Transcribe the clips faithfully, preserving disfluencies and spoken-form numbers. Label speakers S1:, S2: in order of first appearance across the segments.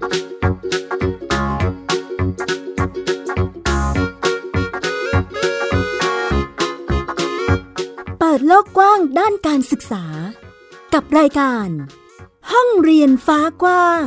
S1: เปิดโลกกว้างด้านการศึกษากับรายการห้องเรียนฟ้ากว้าง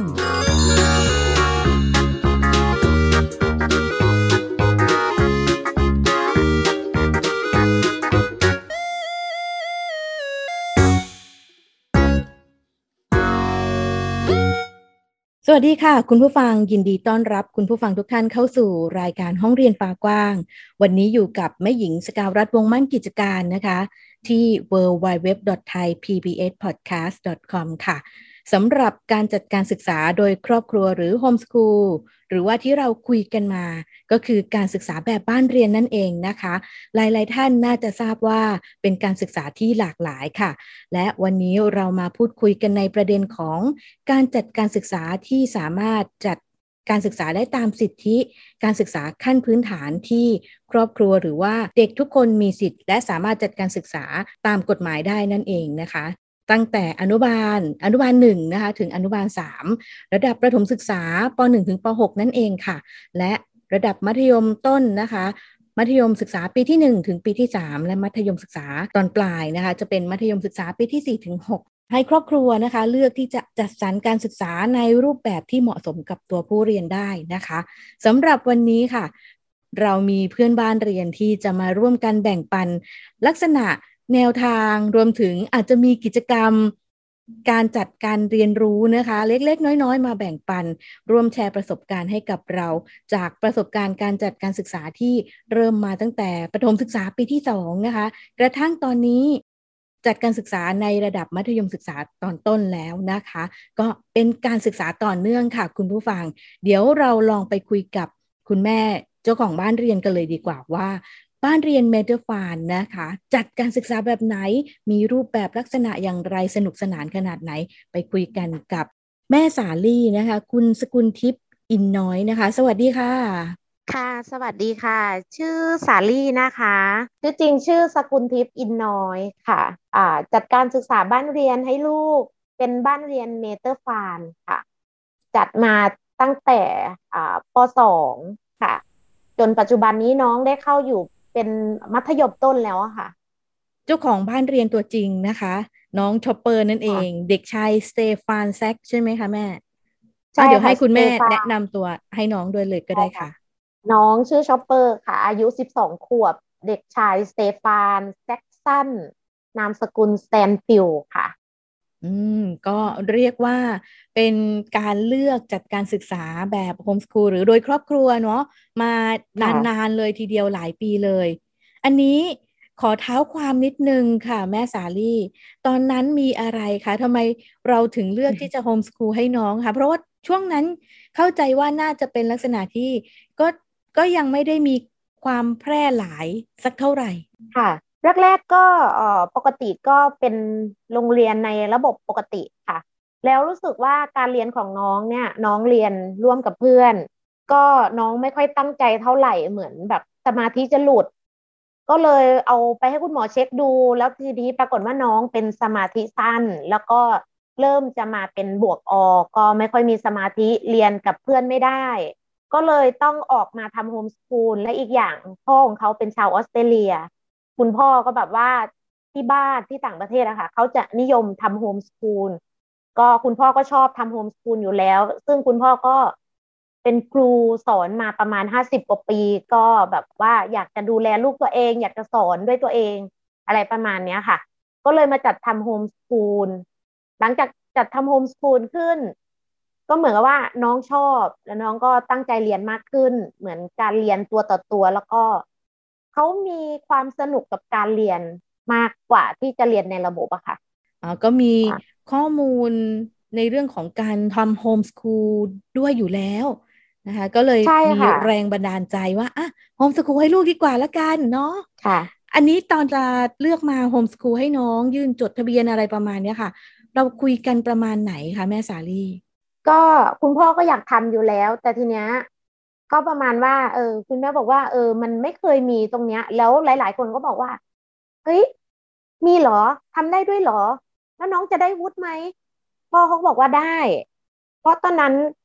S1: สวัสดีค่ะคุณผู้ฟังยินดีต้อนรับคุณผู้ฟังทุกท่านเข้าสู่รายการห้องเรียนฟ้ากว้างวันนี้อยู่กับแม่หญิงสกาวรัตน์วงศ์มั่นกิจการนะคะที่ ดับเบิลยู ดับเบิลยู ดับเบิลยู ดอท ไทย พี บี เอส พอดแคสต์ ดอท คอม ค่ะสำหรับการจัดการศึกษาโดยครอบครัวหรือโฮมสคูลหรือว่าที่เราคุยกันมาก็คือการศึกษาแบบบ้านเรียนนั่นเองนะคะหลายๆท่านน่าจะทราบว่าเป็นการศึกษาที่หลากหลายค่ะและวันนี้เรามาพูดคุยกันในประเด็นของการจัดการศึกษาที่สามารถจัดการศึกษาได้ตามสิทธิการศึกษาขั้นพื้นฐานที่ครอบครัวหรือว่าเด็กทุกคนมีสิทธิและสามารถจัดการศึกษาตามกฎหมายได้นั่นเองนะคะตั้งแต่อนุบาลอนุบาลหนึ่งนะคะถึงอนุบาลสามระดับประถมศึกษาป.หนึ่ง ถึงป.หก นั่นเองค่ะและระดับมัธยมต้นนะคะมัธยมศึกษาปีที่หนึ่งถึงปีที่สามและมัธยมศึกษาตอนปลายนะคะจะเป็นมัธยมศึกษาปีที่สี่ถึงหกให้ครอบครัวนะคะเลือกที่จะจัดสรรการศึกษาในรูปแบบที่เหมาะสมกับตัวผู้เรียนได้นะคะสำหรับวันนี้ค่ะเรามีเพื่อนบ้านเรียนที่จะมาร่วมกันแบ่งปันลักษณะแนวทางรวมถึงอาจจะมีกิจกรรมการจัดการเรียนรู้นะคะเล็กๆน้อยๆมาแบ่งปันร่วมแชร์ประสบการณ์ให้กับเราจากประสบการณ์การจัดการศึกษาที่เริ่มมาตั้งแต่ประถมศึกษาปีที่สองนะคะกระทั่งตอนนี้จัดการศึกษาในระดับมัธยมศึกษาตอนต้นแล้วนะคะก็เป็นการศึกษาต่อเนื่องค่ะคุณผู้ฟังเดี๋ยวเราลองไปคุยกับคุณแม่เจ้าของบ้านเรียนกันเลยดีกว่าว่าบ้านเรียนเมเทอร์ฟานนะคะจัดการศึกษาแบบไหนมีรูปแบบลักษณะอย่างไรสนุกสนานขนาดไหนไปคุยกันกับแม่สาลี่นะคะคุณสกุลทิพย์อินน้อยนะคะสวัสดีค่ะ
S2: ค่ะสวัสดีค่ะชื่อสาลี่นะคะชื่อจริงชื่อสกุลทิพย์อินน้อยค่ะอ่าจัดการศึกษาบ้านเรียนให้ลูกเป็นบ้านเรียนเมเทอร์ฟานค่ะจัดมาตั้งแต่อ่าป.สองค่ะจนปัจจุบันนี้น้องได้เข้าอยู่เป็นมัธยมต้นแล้วอะค่ะ
S1: เจ้าของบ้านเรียนตัวจริงนะคะน้องชอปเปอร์นั่นเองเด็กชายสเตฟานแซกใช่ไหมคะแม่
S2: ใช่
S1: เดี๋ยว
S2: ค่ะ
S1: ให้คุณแม่
S2: สเตฟาน
S1: แนะนำตัวให้น้องด้วยเลยก็ได้ค่ะ
S2: น้องชื่อชอปเปอร์ค่ะอายุสิบสองขวบเด็กชายสเตฟานแจ็คสันนามสกุลสแตนฟิลค่ะ
S1: อืมก็เรียกว่าเป็นการเลือกจัดการศึกษาแบบโฮมสคูลหรือโดยครอบครัวเนาะมาน
S2: ค่ะ
S1: านๆเลยทีเดียวหลายปีเลยอันนี้ขอเท้าความนิดนึงค่ะแม่สาลี่ตอนนั้นมีอะไรคะทำไมเราถึงเลือกที่จะโฮมสคูลให้น้องคะเพราะว่าช่วงนั้นเข้าใจว่าน่าจะเป็นลักษณะที่ก็ก็ยังไม่ได้มีความแพร่หลายสักเท่าไหร่
S2: ค่ะแรกๆก็เอ่อปกติก็เป็นโรงเรียนในระบบปกติค่ะแล้วรู้สึกว่าการเรียนของน้องเนี่ยน้องเรียนร่วมกับเพื่อนก็น้องไม่ค่อยตั้งใจเท่าไหร่เหมือนแบบสมาธิจะหลุดก็เลยเอาไปให้คุณหมอเช็คดูแล้วทีนี้ปรากฏว่าน้องเป็นสมาธิสั้นแล้วก็เริ่มจะมาเป็นบวกออกก็ไม่ค่อยมีสมาธิเรียนกับเพื่อนไม่ได้ก็เลยต้องออกมาทำโฮมสคูลและอีกอย่างพ่อของเขาเป็นชาวออสเตรเลีย คุณพ่อก็แบบว่าที่บ้านที่ต่างประเทศอะค่ะเขาจะนิยมทำโฮมสคูลก็คุณพ่อก็ชอบทำโฮมสคูลอยู่แล้วซึ่งคุณพ่อก็เป็นครูสอนมาประมาณห้าสิบกว่าปีก็แบบว่าอยากจะดูแลลูกตัวเองอยากจะสอนด้วยตัวเองอะไรประมาณเนี้ยค่ะก็เลยมาจัดทำโฮมสคูลหลังจากจัดทำโฮมสคูลขึ้นก็เหมือนกับว่าน้องชอบแล้วน้องก็ตั้งใจเรียนมากขึ้นเหมือนการเรียนตัวต่อตัวแล้วก็ เขามีความสนุกกับการเรียนมากกว่าที่จะเรียนในระบบอะค่ะ
S1: อ๋อก็มีข้อมูลในเรื่องของการทำโฮมสคูลด้วยอยู่แล้วนะคะก็เลย
S2: ใช่
S1: มี
S2: ค่ะ
S1: แรงบันดาลใจว่าอ่ะโฮมสคูลให้ลูกดีกว่าละกันเนาะ
S2: ค่ะ
S1: อันนี้ตอนจะเลือกมาโฮมสคูลให้น้องยื่นจดทะเบียนอะไรประมาณเนี้ยค่ะเราคุยกันประมาณไหนคะแม่สาลี่
S2: ก็คุณพ่อก็อยากทำอยู่แล้วแต่ทีเนี้ยก็ประมาณว่าเออคุณแม่บอกว่าเออมันไม่เคยมีตรงเนี้ยแล้วหลายๆคนก็บอกว่าเฮ้ยมีเหรอทำได้ด้วยเหรอแล้วน้องจะได้วุฒิไหมพ่อเขาบอกว่าได้เพราะตอนนั้น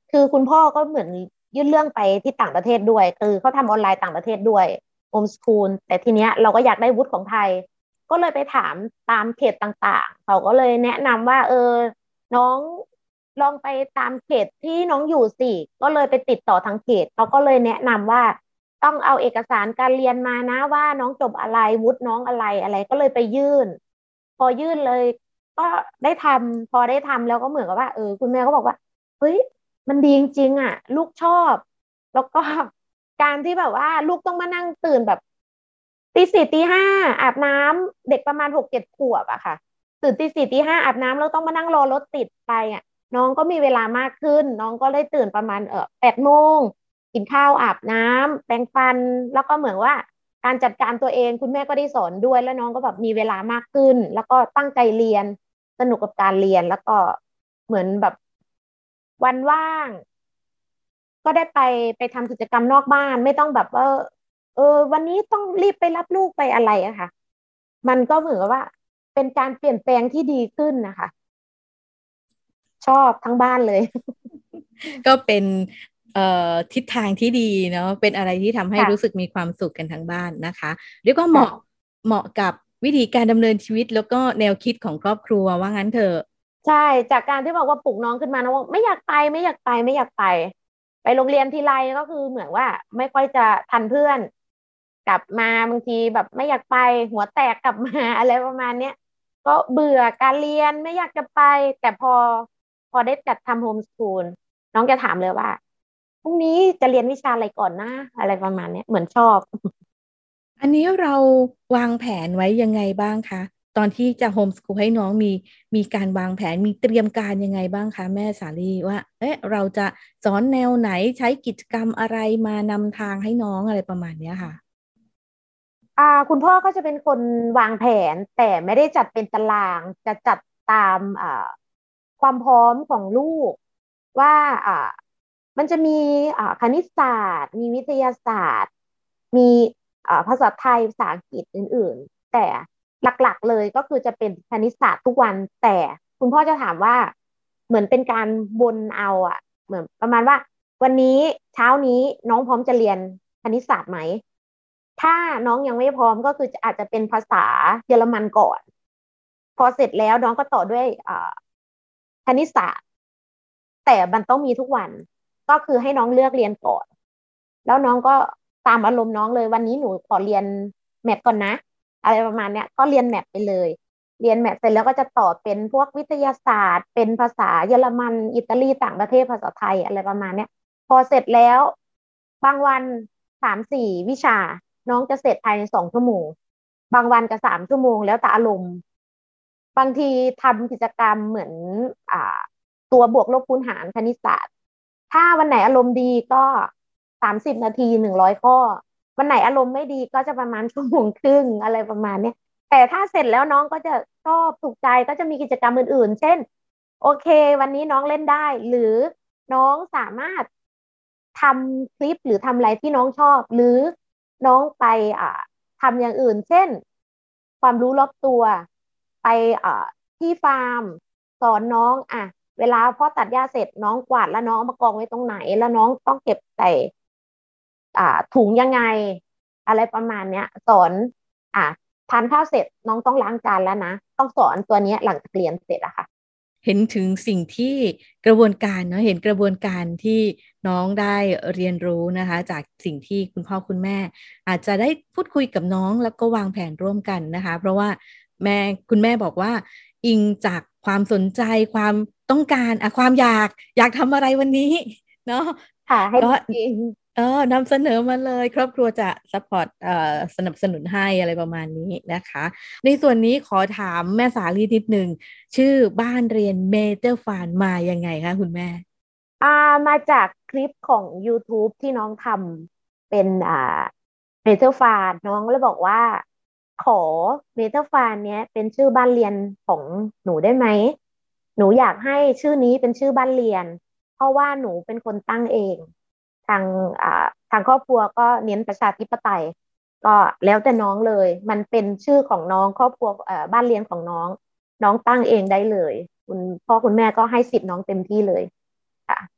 S2: คือคุณพ่อก็เหมือนยื่นเรื่องไปที่ต่างประเทศด้วยคือเขาทำออนไลน์ต่างประเทศด้วยโฮมสคูลแต่ทีเนี้ยเราก็อยากได้วุฒิของไทยก็เลยไปถามตามเขตต่างๆเขาก็เลยแนะนำว่าเออน้องลองไปตามเขตที่น้องอยู่สิก็เลยไปติดต่อทางเขตเขาก็เลยแนะนำว่าต้องเอาเอกสารการเรียนมานะว่าน้องจบอะไรวุฒิน้องอะไรอะไรก็เลยไปยื่นพอยื่นเลยก็ได้ทำพอได้ทำแล้วก็เหมือนกับว่าเออคุณแม่ก็บอกว่าเฮ้ย มันดีจริงๆอ่ะลูกชอบแล้วก็การที่แบบว่าลูกต้องมานั่งตื่นแบบตีสี่ตีห้าอาบน้ำเด็กประมาณหกเจ็ดขวบอะค่ะตื่นตีสี่ตีห้าอาบน้ำแล้วต้องมานั่งรอรถติดไปอ่ะน้องก็มีเวลามากขึ้นน้องก็เลยตื่นประมาณเออแปดโมงกินข้าวอาบน้ำแปรงฟันแล้วก็เหมือนว่าการจัดการตัวเองคุณแม่ก็ได้สอนด้วยแล้วน้องก็แบบมีเวลามากขึ้นแล้วก็ตั้งใจเรียนสนุกกับการเรียนแล้วก็เหมือนแบบ วันว่างก็ได้ไปไปทำกิจกรรมนอกบ้านไม่ต้องแบบว่าเออวันนี้ต้องรีบไปรับลูกไปอะไรอะค่ะมันก็เหมือนกับว่าเป็นการเปลี่ยนแปลงที่ดีขึ้นนะคะชอบทั้งบ้านเลย
S1: ก็เป็นเอ่อทิศทางที่ดีเนาะเป็นอะไรที่ทำให้
S2: ค่ะ
S1: รู้สึกมีความสุขกันทั้งบ้านนะคะเรียกว่าเหมาะ
S2: ค่ะ
S1: เหมาะกับวิธีการดำเนินชีวิตแล้วก็แนวคิดของครอบครัวว่างั้นเถอะ
S2: ใช่จากการที่บอกว่าปลุกน้องขึ้นมานะว่าไม่อยากไปไม่อยากไปไม่อยากไปไปโรงเรียนทีไรก็คือเหมือนว่าไม่ค่อยจะทันเพื่อนกลับมาบางทีแบบไม่อยากไปหัวแตกกลับมาอะไรประมาณเนี้ยก็เบื่อการเรียนไม่อยากจะไปแต่พอพอได้จัดทำโฮมสคูลน้องจะถามเลยว่าพรุ่งนี้จะเรียนวิชาอะไรก่อนนะอะไรประมาณเนี้ยเหมือนชอบ
S1: อันนี้เราวางแผนไว้ยังไงบ้างคะตอนที่จะโฮมสคูลให้น้องมีมีการวางแผนมีเตรียมการยังไงบ้างคะแม่สาลีว่าเอ๊ะเราจะสอนแนวไหนใช้กิจกรรมอะไรมานำทางให้น้องอะไรประมาณเนี้ยค่ะ
S2: อ่าคุณพ่อก็จะเป็นคนวางแผนแต่ไม่ได้จัดเป็นตารางจะจัดตามอ่าความพร้อมของลูกว่าอ่ามันจะมีอ่าคณิตศาสตร์มีวิทยาศาสตร์มีอ่าภาษาไทยภาษาอังกฤษอื่นๆแต่หลักๆเลยก็คือจะเป็นคณิตศาสตร์ทุกวันแต่คุณพ่อจะถามว่าเหมือนเป็นการวนเอาอ่ะเหมือนประมาณว่าวันนี้เช้านี้น้องพร้อมจะเรียนคณิตศาสตร์ไหม ถ้าน้องยังไม่พร้อมก็คือจะอาจจะเป็นภาษาเยอรมันก่อนพอเสร็จแล้วน้องก็ต่อด้วยอ่าคณิตศาสตร์แต่มันต้องมีทุกวันก็คือให้น้องเลือกเรียนก่อนแล้วน้องก็ตามอารมณ์น้องเลยวันนี้หนูขอเรียนแมทก่อนนะอะไรประมาณเนี้ยก็เรียนแมทไปเลยเรียนแมทเสร็จแล้วก็จะต่อเป็นพวกวิทยาศาสตร์เป็นภาษาเยอรมันอิตาลีต่างประเทศภาษาไทยอะไรประมาณเนี้ยพอเสร็จแล้วบางวันสามสี่วิชา น้องจะเสร็จภายในสองชั่วโมงบางวันก็สามชั่วโมงแล้วแต่อารมณ์บางทีทำกิจกรรมเหมือนอ่าตัวบวกลบคูณหารคณิตศาสตร์ถ้าวันไหนอารมณ์ดีก็สามสิบนาทีหนึ่งร้อยข้อวันไหนอารมณ์ไม่ดีก็จะประมาณชั่วโมงครึ่งอะไรประมาณเนี้ยแต่ถ้าเสร็จแล้วน้องก็จะชอบถูกใจก็จะมีกิจกรรมอื่นๆเช่นโอเควันนี้น้องเล่นได้หรือน้องสามารถทำคลิปหรือทำอะไรที่น้องชอบหรือ น้องไปอ่าทำอย่างอื่นเช่นความรู้รอบตัวไปอ่าที่ฟาร์มสอนน้องอ่ะเวลาพ่อตัดหญ้าเสร็จน้องกวาดแล้วน้องเอามากองไว้ตรงไหนแล้วน้องต้องเก็บใส่อ่าถุงยังไงอะไรประมาณเนี้ยสอนอ่ะทานข้าวเสร็จน้องต้องล้างจานแล้วนะต้องสอนตัวเนี้ยหลังจากเรียนเสร็จอะค่ะ
S1: เห็นถึงสิ่งที่กระบวนการเนาะเห็นกระบวนการที่น้องได้เรียนรู้นะคะจากสิ่งที่คุณพ่อคุณแม่อาจจะได้พูดคุยกับน้องแล้วก็วางแผนร่วมกันนะคะเพราะว่าแม่คุณแม่บอกว่าอิงจากความสนใจความต้องการอะความอยากอยากทำอะไรวันนี้เนาะ
S2: ค่ะให้
S1: ก็
S2: จริง
S1: เออนำเสนอมาเลยครอบครัวจะซัพพอร์ตเอ่อสนับสนุนให้อะไรประมาณนี้นะคะในส่วนนี้ขอถามแม่สาลีนิดหนึ่ง ชื่อบ้านเรียนเมเจอร์ฟานมายังไงคะคุณแม่
S2: อ่ามาจากคลิปของ YouTube ที่น้องทำเป็นอ่าเมเทอร์ฟานน้องเลยบอกว่าขอเมเทอร์ฟานเนี้ยเป็นชื่อบ้านเรียนของหนูได้ไหมหนูอยากให้ชื่อนี้เป็นชื่อบ้านเรียนเพราะว่าหนูเป็นคนตั้งเองทางอ่าทางครอบครัวก็เน้นประชาธิปไตยก็แล้วแต่น้องเลยมันเป็นชื่อของน้องครอบครัวเอ่อบ้านเรียนของน้องน้องตั้งเองได้เลยคุณพ่อคุณแม่ก็ให้สิทธิ์น้องเต็มที่เลยค่ะ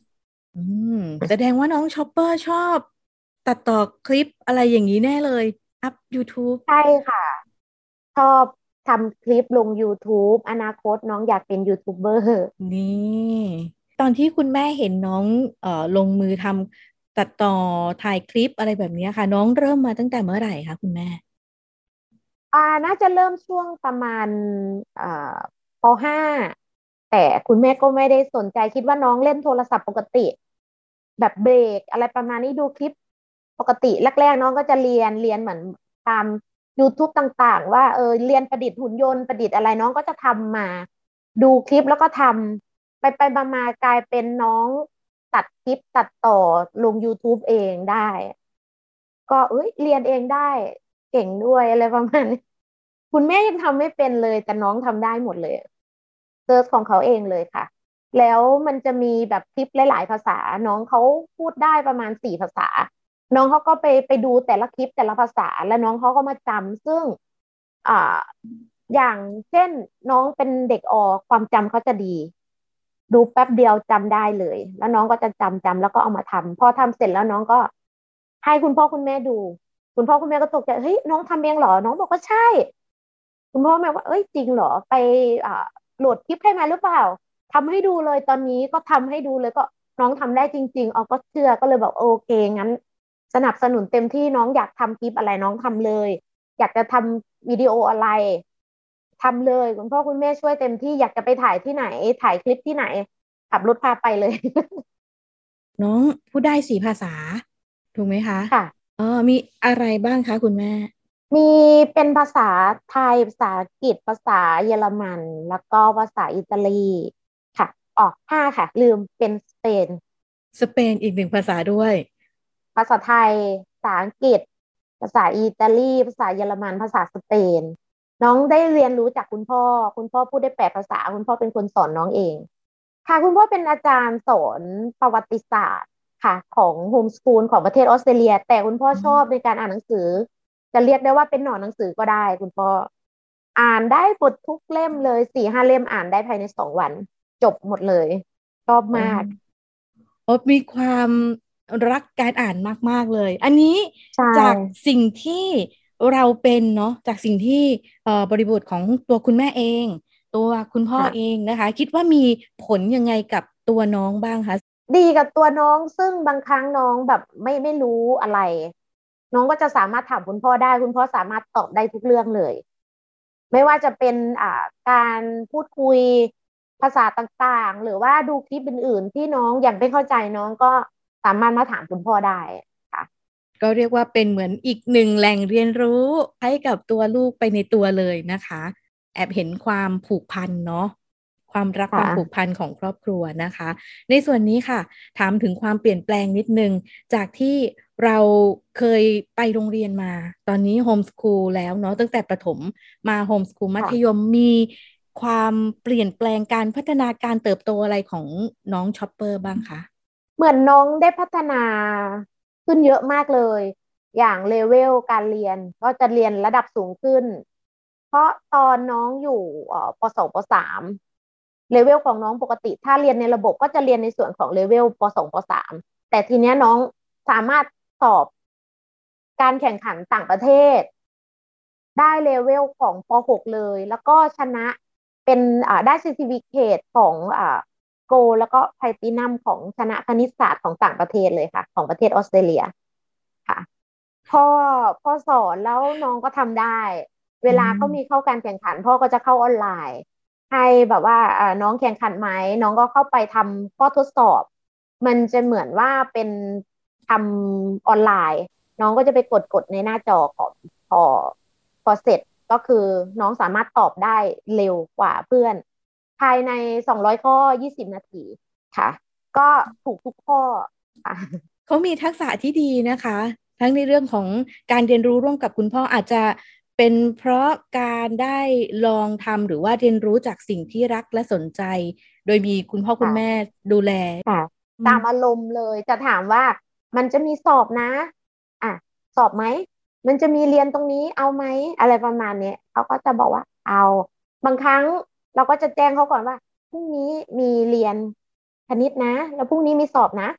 S1: อืมแสดงว่าน้องชอปเปอร์ชอบตัดต่อคลิปอะไรอย่างนี้แน่เลยอัพ YouTube
S2: ใช่ค่ะชอบทำคลิปลง YouTube อนาคตน้องอยากเป็นยูทูบเบอร์
S1: นี่ตอนที่คุณแม่เห็นน้องเอ่อลงมือทำตัดต่อถ่ายคลิปอะไรแบบนี้ค่ะน้องเริ่มมาตั้งแต่เมื่อไหร่คะคุณแม่
S2: อ่าน่าจะเริ่มช่วงประมาณอ่าปห้าแต่คุณแม่ก็ไม่ได้สนใจคิดว่าน้องเล่นโทรศัพท์ปกติแบบเบรกอะไรประมาณนี้ดูคลิปปกติแรกๆน้องก็จะเรียนเรียนเหมือนตาม YouTube ต่างๆว่าเออเรียนประดิษฐ์หุ่นยนต์ประดิษฐ์อะไรน้องก็จะทำมาดูคลิปแล้วก็ทำไปไปมามากลายเป็นน้องตัดคลิปตัดต่อลง YouTube เองได้ก็เอ้ยเรียนเองได้เก่งด้วยอะไรประมาณนี้ คุณแม่ยังทำไม่เป็นเลยแต่น้องทำได้หมดเลยเซิร์ชของเขาเองเลยค่ะแล้วมันจะมีแบบคลิปหลายๆภาษาน้องเขาพูดได้ประมาณสี่ภาษาน้องเขาก็ไปไปดูแต่ละคลิปแต่ละภาษาแล้วน้องเขาก็มาจำซึ่งอ่าอย่างเช่นน้องเป็นเด็กออความจำเขาจะดีดูแป๊บเดียวจำได้เลยแล้วน้องก็จะจำจำแล้วก็เอามาทำพอทำเสร็จแล้วน้องก็ให้คุณพ่อคุณแม่ดูคุณพ่อคุณแม่ก็ตกใจเฮ้ยน้องทำเองเหรอน้องบอกว่าใช่ คุณพ่อแม่ว่าเอ้ยจริงเหรอไปอ่าโหลดคลิปให้มาหรือเปล่าทำให้ดูเลยตอนนี้ก็ทำให้ดูเลยก็น้องทำได้จริงๆเอาก็เชื่อก็เลยบอกโอเคงั้นสนับสนุนเต็มที่น้องอยากทำคลิปอะไรน้องทำเลยอยากจะทำวิดีโออะไรทำเลยคุณพ่อคุณแม่ช่วยเต็มที่อยากจะไปถ่ายที่ไหนถ่ายคลิปที่ไหนขับรถพาไปเลย
S1: น้องพูดได้สี่ภาษาถูกไหมคะ
S2: ค่ะ
S1: เออมีอะไรบ้างคะคุณแม่
S2: มีเป็นภาษาไทยภาษาอังกฤษภาษาเยอรมันแล้วก็ภาษาอิตาลีค่ะออกห้าค่ะลืมเป็นสเปน
S1: สเปนอีกหนึ่งภาษาด้วย
S2: ภาษาไทยภาษาอังกฤษภาษาอิตาลีภาษาเยอรมันภาษาสเปนน้องได้เรียนรู้จากคุณพ่อคุณพ่อพูดได้แปดภาษาคุณพ่อเป็นคนสอนน้องเองค่ะคุณพ่อเป็นอาจารย์สอนประวัติศาสตร์ค่ะของโฮมสคูลของประเทศออสเตรเลียแต่คุณพ่อ
S1: อื
S2: ชอบใน
S1: ม
S2: การอ่านหนังสือจะเรียกได้ว่าเป็นหนอนหนังสือก็ได้คุณพ่อ อ่านได้หมดทุกเล่มเลยสี่ห้าเล่มอ่านได้ภายในสองวันจบหมดเลยชอบ
S1: โอ้
S2: มาก
S1: โอ้มีความรักการอ่านมากๆเลยอันนี้
S2: ใช่
S1: จากสิ่งที่เราเป็นเนาะจากสิ่งที่เอ่อบริบทของตัวคุณแม่เองตัวคุณพ่อเอ
S2: ค่ะ
S1: งนะคะคิดว่ามีผลยังไงกับตัวน้องบ้างคะ
S2: ดีกับตัวน้องซึ่งบางครั้งน้องแบบไม่ไม่รู้อะไรน้องก็จะสามารถถามคุณพ่อได้คุณพ่อสามารถตอบได้ทุกเรื่องเลยไม่ว่าจะเป็นอ่าการพูดคุยภาษาต่างๆหรือว่าดูคลิปอื่นๆที่น้องยังไม่เข้าใจน้องก็สามารถมาถามคุณพ่อได้ค่ะ
S1: ก็เรียกว่าเป็นเหมือนอีกหนึ่งแหล่งเรียนรู้ให้กับตัวลูกไปในตัวเลยนะคะแอบเห็นความผูกพันเนาะความรักความผูก
S2: ค่ะ
S1: พันของครอบครัวนะคะในส่วนนี้ค่ะถามถึงความเปลี่ยนแปลงนิดนึงจากที่เราเคยไปโรงเรียนมาตอนนี้โฮมสคูลแล้วเนาะตั้งแต่ประถมมาโฮมสคูลมัธย
S2: ค่ะ
S1: มมีความเปลี่ยนแปลงการพัฒนาการเติบโตอะไรของน้องชอปเปอร์บ้างคะ
S2: เหมือนน้องได้พัฒนาขึ้นเยอะมากเลย อย่างเลเวลการเรียนก็จะเรียนระดับสูงขึ้น เพราะตอนน้องอยู่เอ่อป สอง ป สามเลเวลของน้องปกติถ้าเรียนในระบบก็จะเรียนในส่วนของเลเวลป สอง ป สามแต่ทีเนี้ยน้องสามารถสอบการแข่งขันต่างประเทศได้เลเวลของป หก เลยแล้วก็ชนะเป็นอ่าได้ซ e ติฟิเคตของอ่า โกลแล้วก็ไพลตินัมของชนะคณิตศาสตร์ของต่างประเทศเลยค่ะของประเทศออสเตรเลียค่ะพ่อพ่อสอนแล้วน้องก็ทำได้เว
S1: อื
S2: ลาเขามี
S1: ม
S2: เข้าการแข่งขันพ่อก็จะเข้าออนไลน์ให้แบบว่าอ่าน้องแข่งขันไหมน้องก็เข้าไปทำข้อทดสอบมันจะเหมือนว่าเป็นทำออนไลน์น้องก็จะไปกดกดในหน้าจอของพอพอเสร็จก็คือน้องสามารถตอบได้เร็วกว่าเพื่อน ภายในสองร้อยข้อยี่สิบนาทีค่ะก็ถูกทุกข้อค่ะ
S1: เขามีทักษะที่ดีนะคะทั้งในเรื่องของการเรียนรู้ร่วมกับคุณพ่ออาจจะเป็นเพราะการได้ลองทำหรือว่าเรียนรู้จากสิ่งที่รักและสนใจโดยมีคุณพ่อคุณแม่
S2: ค่ะ
S1: ดูแล
S2: ค่ะ
S1: อืม
S2: ตามอารมณ์เลยจะถามว่ามันจะมีสอบนะอ่ะสอบไหมมันจะมีเรียนตรงนี้เอาไหมอะไรประมาณเนี้ยเขาก็จะบอกว่าเอาบางครั้งเราก็จะแจ้งเขาก่อนว่าพรุ่งนี้มีเรียนคณิตนะแล้วพรุ่งนี้มีสอบนะ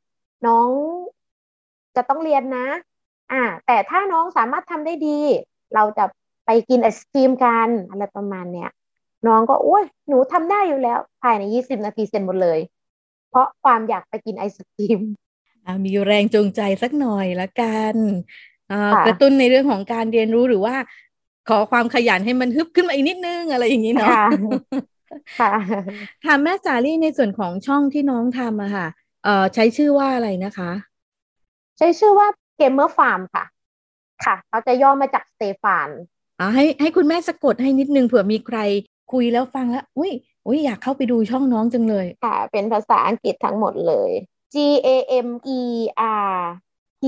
S2: น้องจะต้องเรียนนะอ่าแต่ถ้าน้องสามารถทำได้ดีเราจะไปกินไอศกรีมกันอะไรประมาณเนี้ยน้องก็โอ้ยหนูทำได้อยู่แล้วภายในยี่สิบนาทีเสร็จหมดเลยเพราะความอยากไปกินไอศกรีม
S1: อ่ามีแรงจูงใจสักหน่อยละกันอ่ากระตุ้
S2: ค่ะ
S1: นในเรื่องของการเรียนรู้หรือว่าขอความขยันให้มันฮึบขึ้นมาอีกนิดนึงอะไรอย่างนี้เนาะ
S2: ค่ะค่ะ
S1: ถามแม่สาลี่ในส่วนของช่องที่น้องทำอะค่ะเอ่อใช้ชื่อว่าอะไรนะคะ
S2: ใช้ชื่อว่าเกมเมอร์ฟาร์มค่ะค่ะเขาจะย่อมาจากสเตฟาน
S1: อ่าให้ให้คุณแม่สะกดให้นิดนึงเผื่อมีใครคุยแล้วฟังแล้วอุ้ยอุ้ยอยากเข้าไปดูช่องน้องจังเลย
S2: ค่ะเป็นภาษาอังกฤษทั้งหมดเลย G A M E R T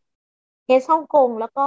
S2: H ฮ่องกงแล้วก็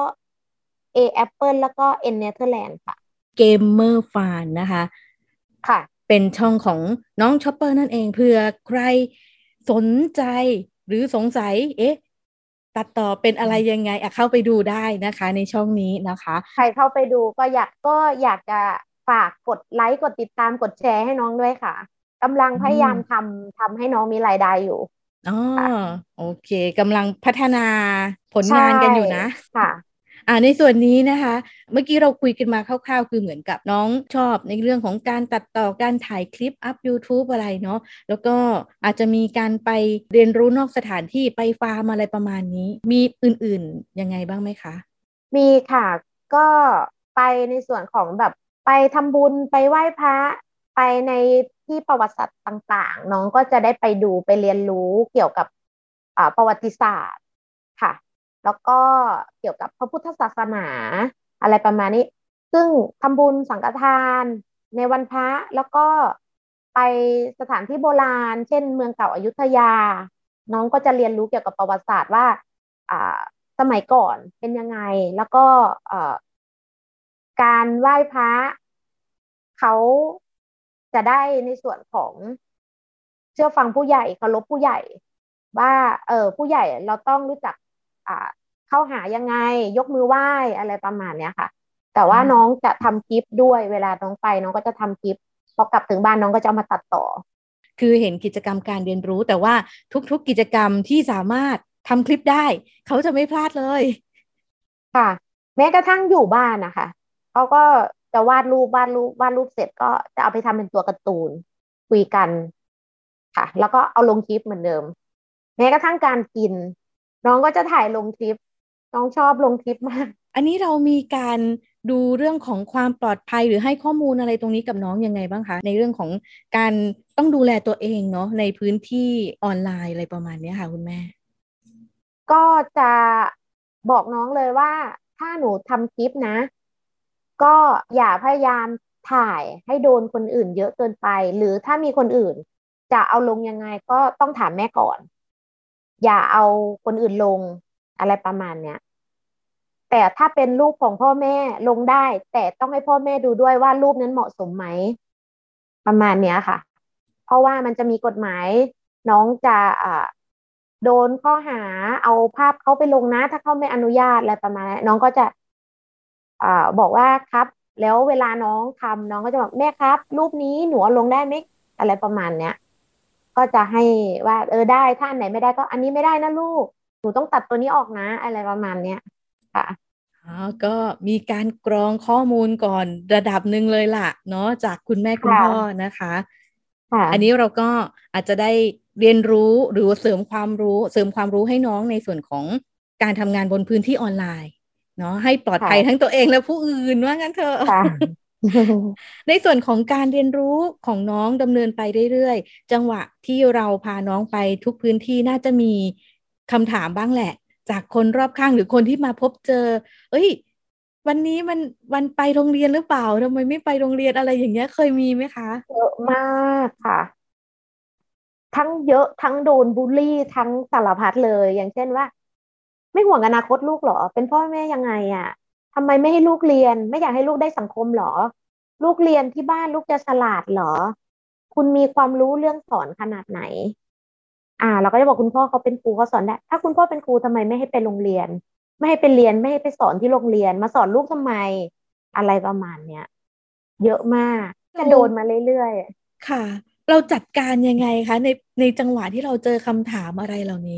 S2: A Apple แล้วก็ N เนเธอร์แลนด์ค่ะ
S1: เกมเมอร์ฟานนะคะ
S2: ค่ะ
S1: เป็นช่องของน้องชอปเปอร์นั่นเองเผื่อใครสนใจหรือสงสัยเอ๊ะตัดต่อเป็นอะไรยังไงอ่ะเข้าไปดูได้นะคะในช่องนี้นะคะ
S2: ใครเข้าไปดูก็อยากก็อยากจะฝากกดไลค์กดติดตามกดแชร์ให้น้องด้วยค่ะกำลัง
S1: อื
S2: พยายาม
S1: ม
S2: ทำทำให้น้องมีรายได้อยู่
S1: อ๋อ
S2: ค่ะ
S1: โอเคกำลังพัฒนาผล
S2: ใช่
S1: งานกันอยู่นะ
S2: ค่ะ
S1: อ่าในส่วนนี้นะคะเมื่อกี้เราคุยกันมาคร่าวๆคือเหมือนกับน้องชอบในเรื่องของการตัดต่อการถ่ายคลิปอัพ YouTube อะไรเนาะแล้วก็อาจจะมีการไปเรียนรู้นอกสถานที่ไปฟาร์มอะไรประมาณนี้มีอื่นๆยังไงบ้างไหมคะ
S2: มีค่ะก็ไปในส่วนของแบบไปทำบุญไปไหว้พระไปในที่ประวัติศาสตร์ต่างๆน้องก็จะได้ไปดูไปเรียนรู้เกี่ยวกับอ่าประวัติศาสตร์ค่ะแล้วก็เกี่ยวกับพระพุทธศาสนาอะไรประมาณนี้ซึ่งทำบุญสังฆทานในวันพระแล้วก็ไปสถานที่โบราณเช่นเมืองเก่าอยุธยาน้องก็จะเรียนรู้เกี่ยวกับประวัติศาสตร์ว่าอ่า สมัยก่อนเป็นยังไงแล้วก็เอ่อการไหว้พระเขาจะได้ในส่วนของเชื่อฟังผู้ใหญ่เคารพผู้ใหญ่ว่าเออผู้ใหญ่เราต้องรู้จักอ่าเข้าหายังไงยกมือไหว้อะไรประมาณเนี้ยค่ะแต่ว่าน้องจะทำคลิปด้วยเวลาน้องไปน้องก็จะทำคลิปพอกลับถึงบ้านน้องก็จะเอามาตัดต่อ
S1: คือเห็นกิจกรรมการเรียนรู้แต่ว่าทุกๆกิจกรรมที่สามารถทำคลิปได้เขาจะไม่พลาดเลย
S2: ค่ะแม้กระทั่งอยู่บ้านนะคะเขาก็จะวาดรูปวาดรูปวาดรูปเสร็จก็จะเอาไปทำเป็นตัวการ์ตูนคุยกันค่ะแล้วก็เอาลงคลิปเหมือนเดิมแม้กระทั่งการกินน้องก็จะถ่ายลงคลิปน้องชอบลงคลิปมาก
S1: อันนี้เรามีการดูเรื่องของความปลอดภัยหรือให้ข้อมูลอะไรตรงนี้กับน้องยังไงบ้างคะในเรื่องของการต้องดูแลตัวเองเนาะในพื้นที่ออนไลน์อะไรประมาณนี้ค่ะคุณแม่
S2: ก็จะบอกน้องเลยว่าถ้าหนูทำคลิปนะก็อย่าพยายามถ่ายให้โดนคนอื่นเยอะเกินไปหรือถ้ามีคนอื่นจะเอาลงยังไงก็ต้องถามแม่ก่อนอย่าเอาคนอื่นลงอะไรประมาณเนี้ยแต่ถ้าเป็นรูปของพ่อแม่ลงได้แต่ต้องให้พ่อแม่ดูด้วยว่ารูปนั้นเหมาะสมไหมประมาณเนี้ยค่ะเพราะว่ามันจะมีกฎหมายน้องจะอ่า โดนข้อหาเอาภาพเขาไปลงนะถ้าเขาไม่อนุญาตอะไรประมาณนั้นน้องก็จะอ่าบอกว่าครับแล้วเวลาน้องทำน้องก็จะบอกแม่ครับรูปนี้หนูเอาลงได้ไหมอะไรประมาณเนี้ยก็จะให้ว่าเออได้ถ้าอันไหนไม่ได้ก็อันนี้ไม่ได้นะลูกหนูต้องตัดตัวนี้ออกนะอะไรประมาณเนี้ยค่ะ
S1: อ๋อก็มีการกรองข้อมูลก่อนระดับหนึ่งเลยล่ะเนาะจากคุณแม่คุณพ่อ
S2: ค่ะ
S1: นะคะ
S2: ค่ะ
S1: อันนี้เราก็อาจจะได้เรียนรู้หรือเสริมความรู้เสริมความรู้ให้น้องในส่วนของการทำงานบนพื้นที่ออนไลน์เนาะให้ปลอดภัยทั้ง
S2: ค่ะ
S1: ตัวเองและผู้อื่นว่างั้นเถอะ
S2: ค่ะ
S1: ในส่วนของการเรียนรู้ของน้องดำเนินไปเรื่อยๆจังหวะที่เราพาน้องไปทุกพื้นที่น่าจะมีคำถามบ้างแหละจากคนรอบข้างหรือคนที่มาพบเจอเอ้ยวันนี้มันวันไปโรงเรียนหรือเปล่าทำไมไม่ไปโรงเรียนอะไรอย่างเงี้ยเคยมีไหมคะ
S2: เยอะมากค่ะ ทั้งเยอะทั้งโดนบูลลี่ทั้งสารพัดเลยอย่างเช่นว่าไม่ห่วงอนาคตลูกเหรอเป็นพ่อแม่ยังไงอ่ะทำไมไม่ให้ลูกเรียนไม่อยากให้ลูกได้สังคมเหรอลูกเรียนที่บ้านลูกจะฉลาดเหรอคุณมีความรู้เรื่องสอนขนาดไหนอ่าเราก็จะบอกคุณพ่อเขาเป็นครูเขาสอนได้ถ้าคุณพ่อเป็นครูทำไมไม่ให้ไปโรงเรียนไม่ให้ไปเรียนไม่ให้ไปสอนที่โรงเรียนมาสอนลูกทำไมอะไรประมาณเนี้ยเยอะมากจะ
S1: เรา
S2: โดนมาเรื่อยๆ
S1: ค่ะเราจัดการยังไงคะในในจังหวะที่เราเจอคำถามอะไรเหล่านี้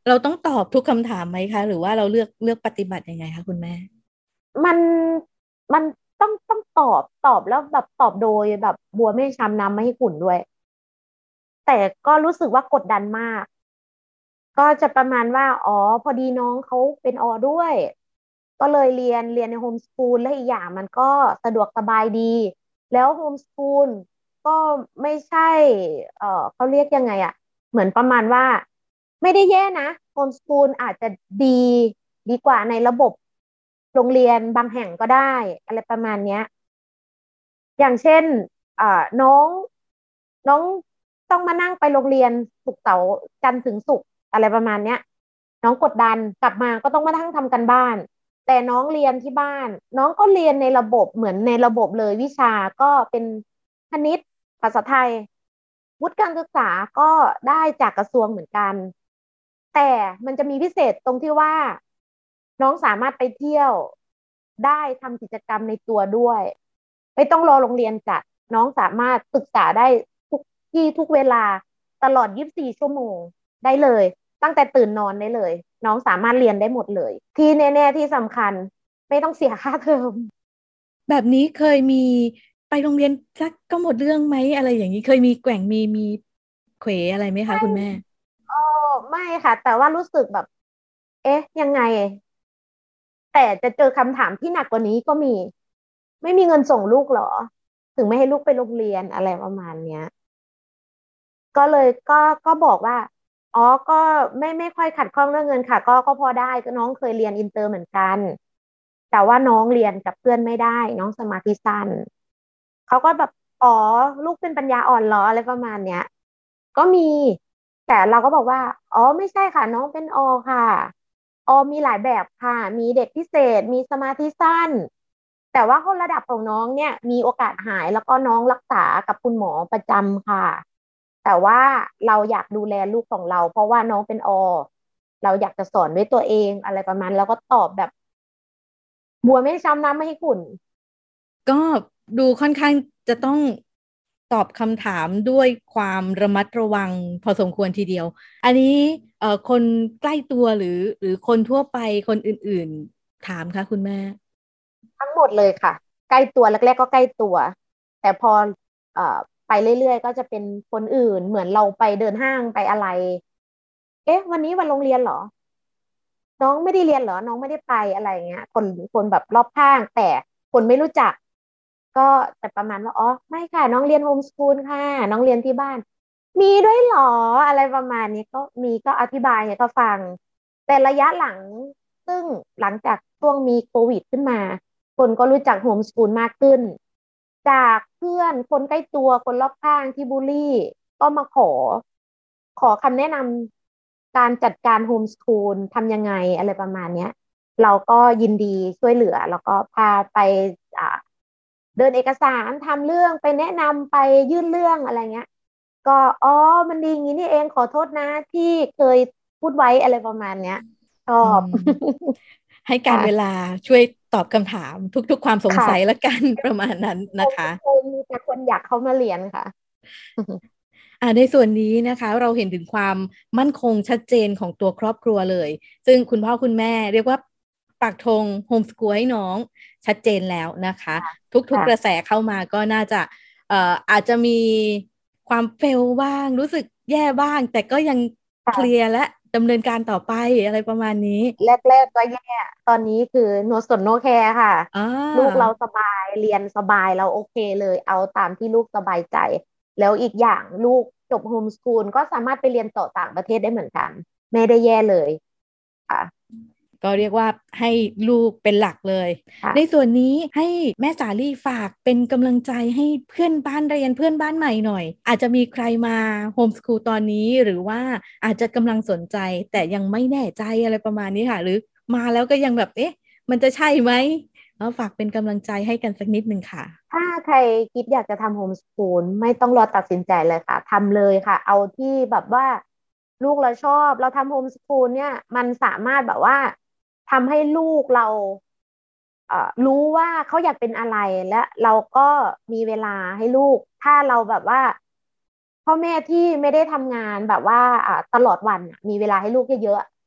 S1: เราต้องตอบทุกคำถามไหมคะหรือว่าเราเลือกเลือกปฏิบัติยังไงคะคุณแม่
S2: มันมันต้องต้องตอบตอบแล้วแบบตอบโดยแบบบัวไม่ช้ำน้ำไม่ให้ขุ่นด้วยแต่ก็รู้สึกว่ากดดันมากก็จะประมาณว่าอ๋อพอดีน้องเขาเป็นอด้วยก็เลยเรียนเรียนในโฮมสคูลและอีกอย่างมันก็สะดวกสบายดีแล้วโฮมสคูลก็ไม่ใช่เออเขาเรียกยังไงอะเหมือนประมาณว่าไม่ได้แย่นะโฮมสคูลอาจจะดีดีกว่าในระบบโรงเรียนบางแห่งก็ได้อะไรประมาณเนี้ยอย่างเช่นอ่าน้องน้องต้องมานั่งไปโรงเรียนศุกร์เสาร์จันทร์ถึงศุกร์อะไรประมาณเนี้ยน้องกดดันกลับมาก็ต้องมานั่งทำกันบ้านแต่น้องเรียนที่บ้านน้องก็เรียนในระบบเหมือนในระบบเลยวิชาก็เป็นคณิตภาษาไทยวุฒิการศึกษาก็ได้จากกระทรวงเหมือนกันแต่มันจะมีพิเศษตรงที่ว่าน้องสามารถไปเที่ยวได้ทำกิจกรรมในตัวด้วยไม่ต้องรอโรงเรียนจัดน้องสามารถศึกษาได้ทุกที่ทุกเวลาตลอดยี่สิบสี่ชั่วโมงได้เลยตั้งแต่ตื่นนอนได้เลยน้องสามารถเรียนได้หมดเลยที่แน่ๆที่สำคัญไม่ต้องเสียค่าเทอม
S1: แบบนี้เคยมีไปโรงเรียนสักก็หมดเรื่องไหมอะไรอย่างนี้เคยมีแกว่งมีมีเขวอะไรไหมคะคุณแม่
S2: โอ้ไม่ค่ะแต่ว่ารู้สึกแบบเอ๊ะยังไงแต่จะเจอคำถามที่หนักกว่านี้ก็มีไม่มีเงินส่งลูกเหรอถึงไม่ให้ลูกไปโรงเรียนอะไรประมาณเนี้ย ก็เลยก็ก็บอกว่าอ๋อก็ไม่ไม่ค่อยขัดข้องเรื่องเงินค่ะก็ก็พอได้ก็น้องเคยเรียนอินเตอร์เหมือนกันแต่ว่าน้องเรียนกับเพื่อนไม่ได้น้องสมาธิสั้นเขาก็แบบอ๋อลูกเป็นปัญญาอ่อนเหรออะไรประมาณเนี้ยก็มีแต่เราก็บอกว่าอ๋อไม่ใช่ค่ะน้องเป็นอค่ะอมีหลายแบบค่ะมีเด็กพิเศษมีสมาธิสั้นแต่ว่าคนระดับของน้องเนี่ยมีโอกาสหายแล้วก็น้องรักษากับคุณหมอประจำค่ะ แต่ว่าเราอยากดูแลลูกของเราเพราะว่าน้องเป็นอเราอยากจะสอนด้วยตัวเองอะไรประมาณแล้วก็ตอบแบบบัวไม่ช้ำน้ำไม่ให้ขุ่น
S1: ก็ดูค่อนข้างจะต้องตอบคำถามด้วยความระมัดระวังพอสมควรทีเดียวอันนี้เอ่อคนใกล้ตัวหรือหรือคนทั่วไปคนอื่นๆถามคะคุณแม่
S2: ทั้งหมดเลยค่ะใกล้ตัวแรกๆก็ใกล้ตัวแต่พอเอ่อไปเรื่อยๆก็จะเป็นคนอื่นเหมือนเราไปเดินห้างไปอะไรเอ๊ะวันนี้วันโรงเรียนเหรอน้องไม่ได้เรียนเหรอน้องไม่ได้ไปอะไรเงี้ยคนคนแบบรอบข้างแต่คนไม่รู้จักก็แต่ประมาณว่าอ๋อไม่ค่ะน้องเรียนโฮมสคูลค่ะน้องเรียนที่บ้าน มีด้วยเหรออะไรประมาณนี้ก็มีก็อธิบายให้เขาฟังแต่ระยะหลังซึ่งหลังจากช่วงมีโควิดขึ้นมาคนก็รู้จักโฮมสกูลมากขึ้นจากเพื่อนคนใกล้ตัวคนรอบข้างที่บูลลี่ก็มาขอขอคำแนะนำการจัดการโฮมสคูลทำยังไงอะไรประมาณเนี้ยเราก็ยินดีช่วยเหลือแล้วก็พาไปอ่าเดินเอกสารทำเรื่องไปแนะนำไปยื่นเรื่องอะไรเงี้ย ก็อ๋อมันดีอย่างนี้นี่เองขอโทษนะที่เคยพูดไว้อะไรประมาณเนี้ยชอ
S1: อื
S2: บ
S1: มให้การเวลา
S2: ค่ะ
S1: ช่วยตอบคำถามทุกๆความสงสัย
S2: ค่ะ
S1: ละกันประมาณนั้น
S2: คง
S1: นะคะ
S2: คงมีแต่คนอยากเข้ามาเรียนค่ะ
S1: อ่าในส่วนนี้นะคะเราเห็นถึงความมั่นคงชัดเจนของตัวครอบครัวเลยซึ่งคุณพ่อคุณแม่เรียกว่าปักธงโฮมสกูลให้น้องชัดเจนแล้วนะคะทุกๆกระ
S2: ค่ะ
S1: แสเข้ามาก็น่าจะเอ่ออาจจะมีความเฟลบ้างรู้สึกแย่บ้างแต่ก็ยังเคลีย
S2: ค่ะ
S1: ร์และดำเนินการต่อไปอะไรประมาณนี้
S2: แรกๆก็แย่ตอนนี้คือโนสนโนแคร์ค่ะ
S1: อ่
S2: ลูกเรา
S1: า
S2: สบายเรียนสบายเราโอเคเลยเอาตามที่ลูกสบายใจแล้วอีกอย่างลูกจบโฮมสกูลก็สามารถไปเรียนต่อต่างประเทศได้เหมือนกันไม่ได้แย่เลยค่ะ
S1: ก็เรียกว่าให้ลูกเป็นหลักเลยใน
S2: ค่ะ
S1: ส่วนนี้ให้แม่สาลี่ฝากเป็นกำลังใจให้เพื่อนบ้านเรียนเพื่อนบ้านใหม่หน่อยอาจจะมีใครมาโฮมสคูลตอนนี้หรือว่าอาจจะกำลังสนใจแต่ยังไม่แน่ใจอะไรประมาณนี้ค่ะหรือมาแล้วก็ยังแบบเอ๊ะมันจะใช่ไหมเอาฝากเป็นกำลังใจให้กันสักนิดนึงค่ะ
S2: ถ้าใครคิดอยากจะทำโฮมสคูลไม่ต้องรอตัดสินใจเลยค่ะทำเลยค่ะเอาที่แบบว่าลูกเราชอบเราทำโฮมสคูลเนี่ยมันสามารถแบบว่าทำให้ลูกเราเอ่อรู้ว่าเขาอยากเป็นอะไรและเราก็มีเวลาให้ลูกถ้าเราแบบว่าพ่อแม่ที่ไม่ได้ทำงานแบบว่าอ่าตลอดวันน่ะมีเวลาให้ลูกเยอะ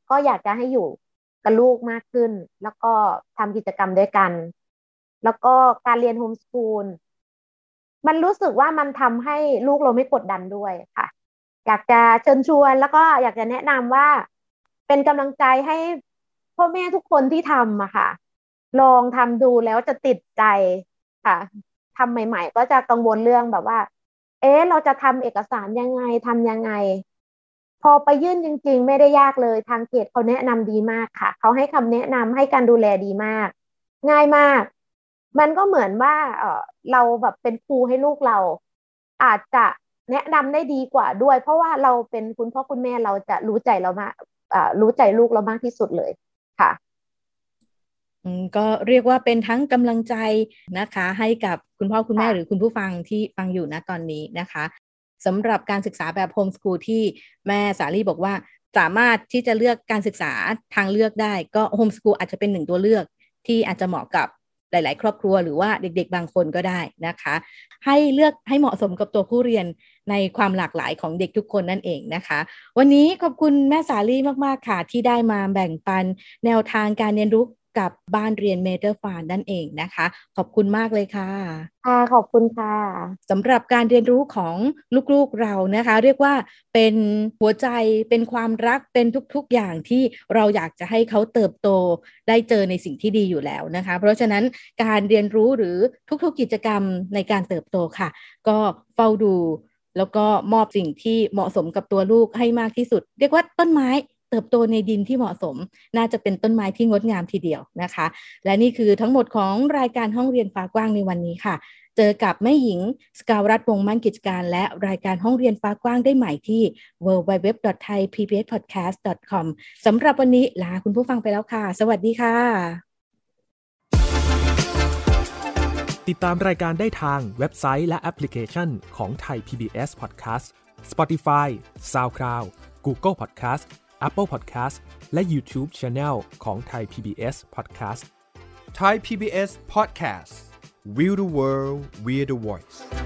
S2: ก็อยากจะให้อยู่กับลูกมากขึ้นแล้วก็ทำกิจกรรมด้วยกันแล้วก็การเรียนโฮมสคูลมันรู้สึกว่ามันทำให้ลูกเราไม่กดดันด้วยค่ะอยากจะเชิญชวนแล้วก็อยากจะแนะนำว่าเป็นกำลังใจให้พ่อแม่ทุกคนที่ทำอะค่ะลองทำดูแล้วจะติดใจค่ะทำใหม่ๆก็จะกังวลเรื่องแบบว่าเอ๊ะเราจะทำเอกสารยังไงทำยังไงพอไปยื่นจริงๆไม่ได้ยากเลยทางเขตเขาแนะนำดีมากค่ะเขาให้คำแนะนำให้การดูแลดีมากง่ายมากมันก็เหมือนว่าเออเราแบบเป็นครูให้ลูกเราอาจจะแนะนำได้ดีกว่าด้วยเพราะว่าเราเป็นคุณพ่อคุณแม่เราจะรู้ใจเรามากอ่ารู้ใจลูกเรามากที่สุดเลยค่ะ
S1: ก็เรียกว่าเป็นทั้งกำลังใจนะคะให้กับคุณพ่อคุณแม่หรือคุณผู้ฟังที่ฟังอยู่ณตอนนี้นะคะสำหรับการศึกษาแบบโฮมสคูลที่แม่สาลี่บอกว่าสามารถที่จะเลือกการศึกษาทางเลือกได้ก็โฮมสคูลอาจจะเป็นหนึ่งตัวเลือกที่อาจจะเหมาะกับหลายๆครอบครัวหรือว่าเด็กๆบางคนก็ได้นะคะให้เลือกให้เหมาะสมกับตัวผู้เรียนในความหลากหลายของเด็กทุกคนนั่นเองนะคะวันนี้ขอบคุณแม่สาลี่มากๆค่ะที่ได้มาแบ่งปันแนวทางการเรียนรู้กับบ้านเรียนเมเทอร์ฟานนั่นเองนะคะขอบคุณมากเลยค่ะ
S2: ค่ะขอบคุณค่ะ
S1: สำหรับการเรียนรู้ของลูกๆเรานะคะเรียกว่าเป็นหัวใจเป็นความรักเป็นทุกๆอย่างที่เราอยากจะให้เขาเติบโตได้เจอในสิ่งที่ดีอยู่แล้วนะคะเพราะฉะนั้นการเรียนรู้หรือทุกๆกิจกรรมในการเติบโตค่ะก็เฝ้าดูแล้วก็มอบสิ่งที่เหมาะสมกับตัวลูกให้มากที่สุดเรียกว่าต้นไม้เติบโตในดินที่เหมาะสมน่าจะเป็นต้นไม้ที่งดงามทีเดียวนะคะและนี่คือทั้งหมดของรายการห้องเรียนฟ้ากว้างในวันนี้ค่ะเจอกับแม่หญิงสกาวรัตน์วงศ์มั่นกิจการและรายการห้องเรียนฟ้ากว้างได้ใหม่ที่ ดับเบิลยู ดับเบิลยู ดับเบิลยู ดอท ไทย พี บี เอส พอดแคสต์ ดอท คอม สำหรับวันนี้ลาคุณผู้ฟังไปแล้วค่ะสวัสดีค่ะ
S3: ติดตามรายการได้ทางเว็บไซต์และแอปพลิเคชันของ Thai พี บี เอส Podcast Spotify SoundCloud Google Podcast Apple Podcast และ YouTube Channel ของ Thai พี บี เอส Podcast
S4: Thai พี บี เอส Podcast We the World We the Voice